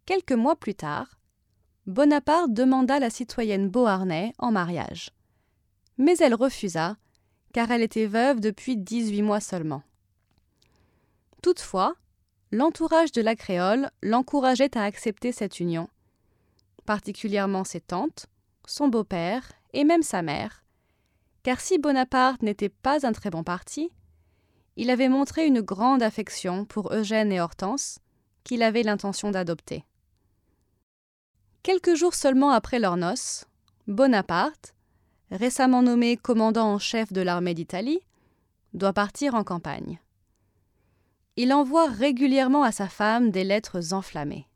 Quelques mois plus tard, Bonaparte demanda la citoyenne Beauharnais en mariage. Mais elle refusa, car elle était veuve depuis 18 mois seulement. Toutefois, l'entourage de la Créole l'encourageait à accepter cette union, particulièrement ses tantes, son beau-père et même sa mère, car si Bonaparte n'était pas un très bon parti, il avait montré une grande affection pour Eugène et Hortense, qu'il avait l'intention d'adopter. Quelques jours seulement après leurs noces, Bonaparte, récemment nommé commandant en chef de l'armée d'Italie, doit partir en campagne. Il envoie régulièrement à sa femme des lettres enflammées.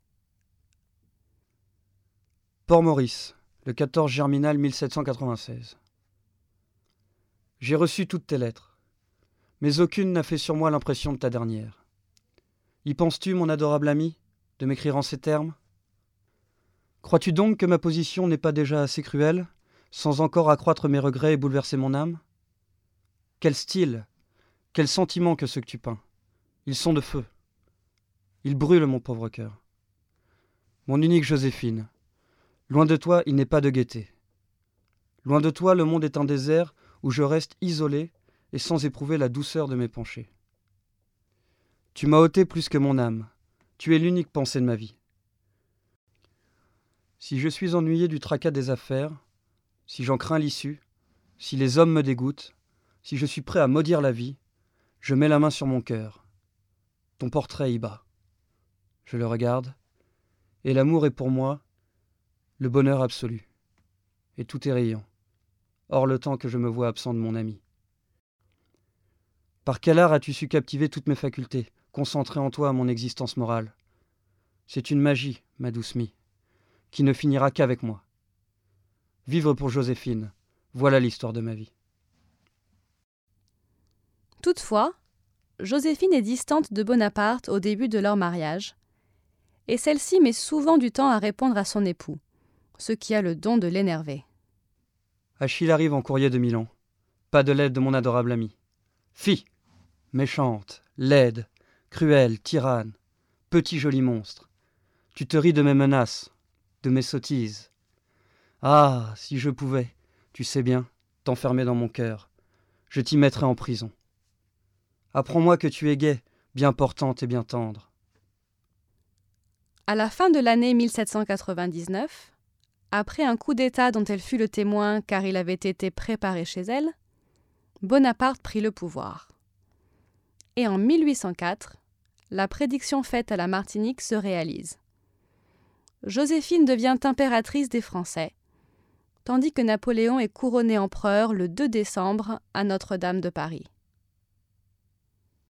Port-Maurice, le 14 Germinal 1796. J'ai reçu toutes tes lettres, mais aucune n'a fait sur moi l'impression de ta dernière. Y penses-tu, mon adorable ami, de m'écrire en ces termes ? Crois-tu donc que ma position n'est pas déjà assez cruelle, sans encore accroître mes regrets et bouleverser mon âme ? Quel style, quels sentiments que ceux que tu peins. Ils sont de feu. Ils brûlent mon pauvre cœur. Mon unique Joséphine, loin de toi, il n'est pas de gaieté. Loin de toi, le monde est un désert où je reste isolé et sans éprouver la douceur de mes pensées. Tu m'as ôté plus que mon âme. Tu es l'unique pensée de ma vie. Si je suis ennuyé du tracas des affaires, si j'en crains l'issue, si les hommes me dégoûtent, si je suis prêt à maudire la vie, je mets la main sur mon cœur. Ton portrait y bat. Je le regarde, et l'amour est pour moi le bonheur absolu. Et tout est riant, hors le temps que je me vois absent de mon ami. Par quel art as-tu su captiver toutes mes facultés, concentrer en toi mon existence morale ? C'est une magie, ma douce mie, qui ne finira qu'avec moi. Vivre pour Joséphine, voilà l'histoire de ma vie. Toutefois, Joséphine est distante de Bonaparte au début de leur mariage, et celle-ci met souvent du temps à répondre à son époux, ce qui a le don de l'énerver. Achille arrive en courrier de Milan. Pas de l'aide de mon adorable ami. Fi, méchante, laide, cruelle, tyranne, petit joli monstre, tu te ris de mes menaces, de mes sottises. Ah, si je pouvais, tu sais bien, t'enfermer dans mon cœur, je t'y mettrais en prison. Apprends-moi que tu es gaie, bien portante et bien tendre. À la fin de l'année 1799, après un coup d'État dont elle fut le témoin car il avait été préparé chez elle, Bonaparte prit le pouvoir. Et en 1804, la prédiction faite à la Martinique se réalise. Joséphine devient impératrice des Français, tandis que Napoléon est couronné empereur le 2 décembre à Notre-Dame de Paris.